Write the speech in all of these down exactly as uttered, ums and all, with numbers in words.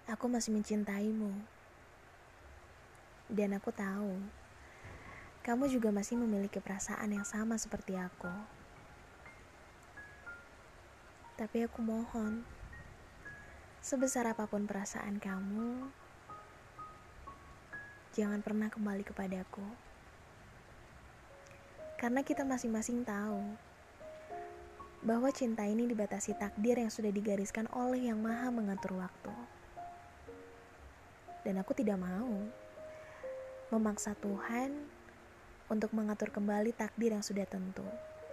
Aku masih mencintaimu. Dan aku tahu, kamu juga masih memiliki perasaan yang sama seperti aku. Tapi aku mohon, sebesar apapun perasaan kamu, jangan pernah kembali kepadaku. Karena kita masing-masing tahu bahwa cinta ini dibatasi takdir yang sudah digariskan oleh Yang Maha Mengatur waktu. Dan aku tidak mau memaksa Tuhan untuk mengatur kembali takdir yang sudah tentu.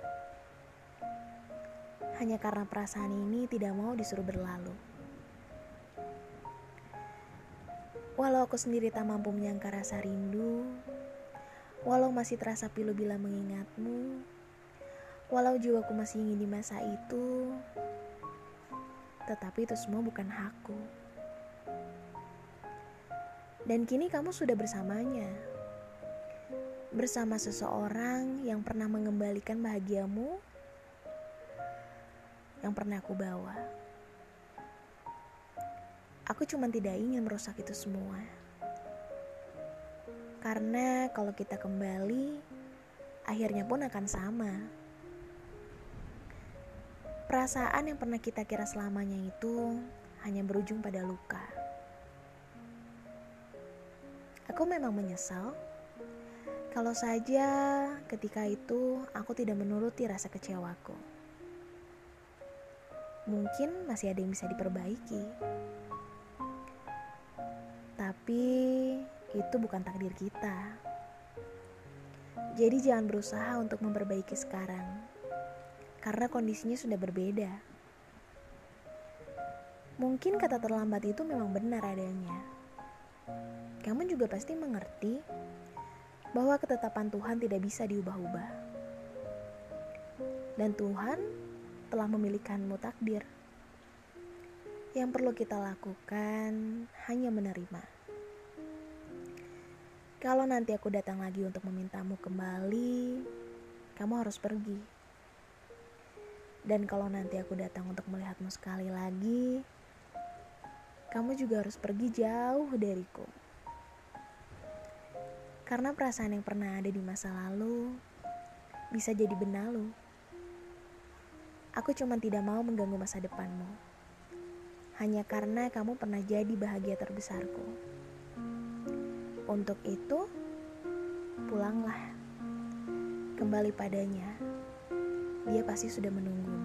Hanya karena perasaan ini tidak mau disuruh berlalu. Walau aku sendiri tak mampu menyangka rasa rindu, walau masih terasa pilu bila mengingatmu, walau jiwaku masih ingin di masa itu, tetapi itu semua bukan hakku. Dan kini kamu sudah bersamanya, bersama seseorang yang pernah mengembalikan bahagiamu, yang pernah aku bawa. Aku cuma tidak ingin merusak itu semua. Karena kalau kita kembali, akhirnya pun akan sama. Perasaan yang pernah kita kira selamanya itu hanya berujung pada luka. Aku memang menyesal kalau saja ketika itu aku tidak menuruti rasa kecewaku. Mungkin masih ada yang bisa diperbaiki. Tapi itu bukan takdir kita. Jadi jangan berusaha untuk memperbaiki sekarang, karena kondisinya sudah berbeda. Mungkin kata terlambat itu memang benar adanya. Kamu juga pasti mengerti bahwa ketetapan Tuhan tidak bisa diubah-ubah. Dan Tuhan telah memilihkanmu takdir. Yang perlu kita lakukan hanya menerima. Kalau nanti aku datang lagi untuk memintamu kembali, kamu harus pergi. Dan kalau nanti aku datang untuk melihatmu sekali lagi, kamu juga harus pergi jauh dariku. Karena perasaan yang pernah ada di masa lalu bisa jadi benalu. Aku cuma tidak mau mengganggu masa depanmu. Hanya karena kamu pernah jadi bahagia terbesarku. Untuk itu, pulanglah. Kembali padanya. Dia pasti sudah menunggumu.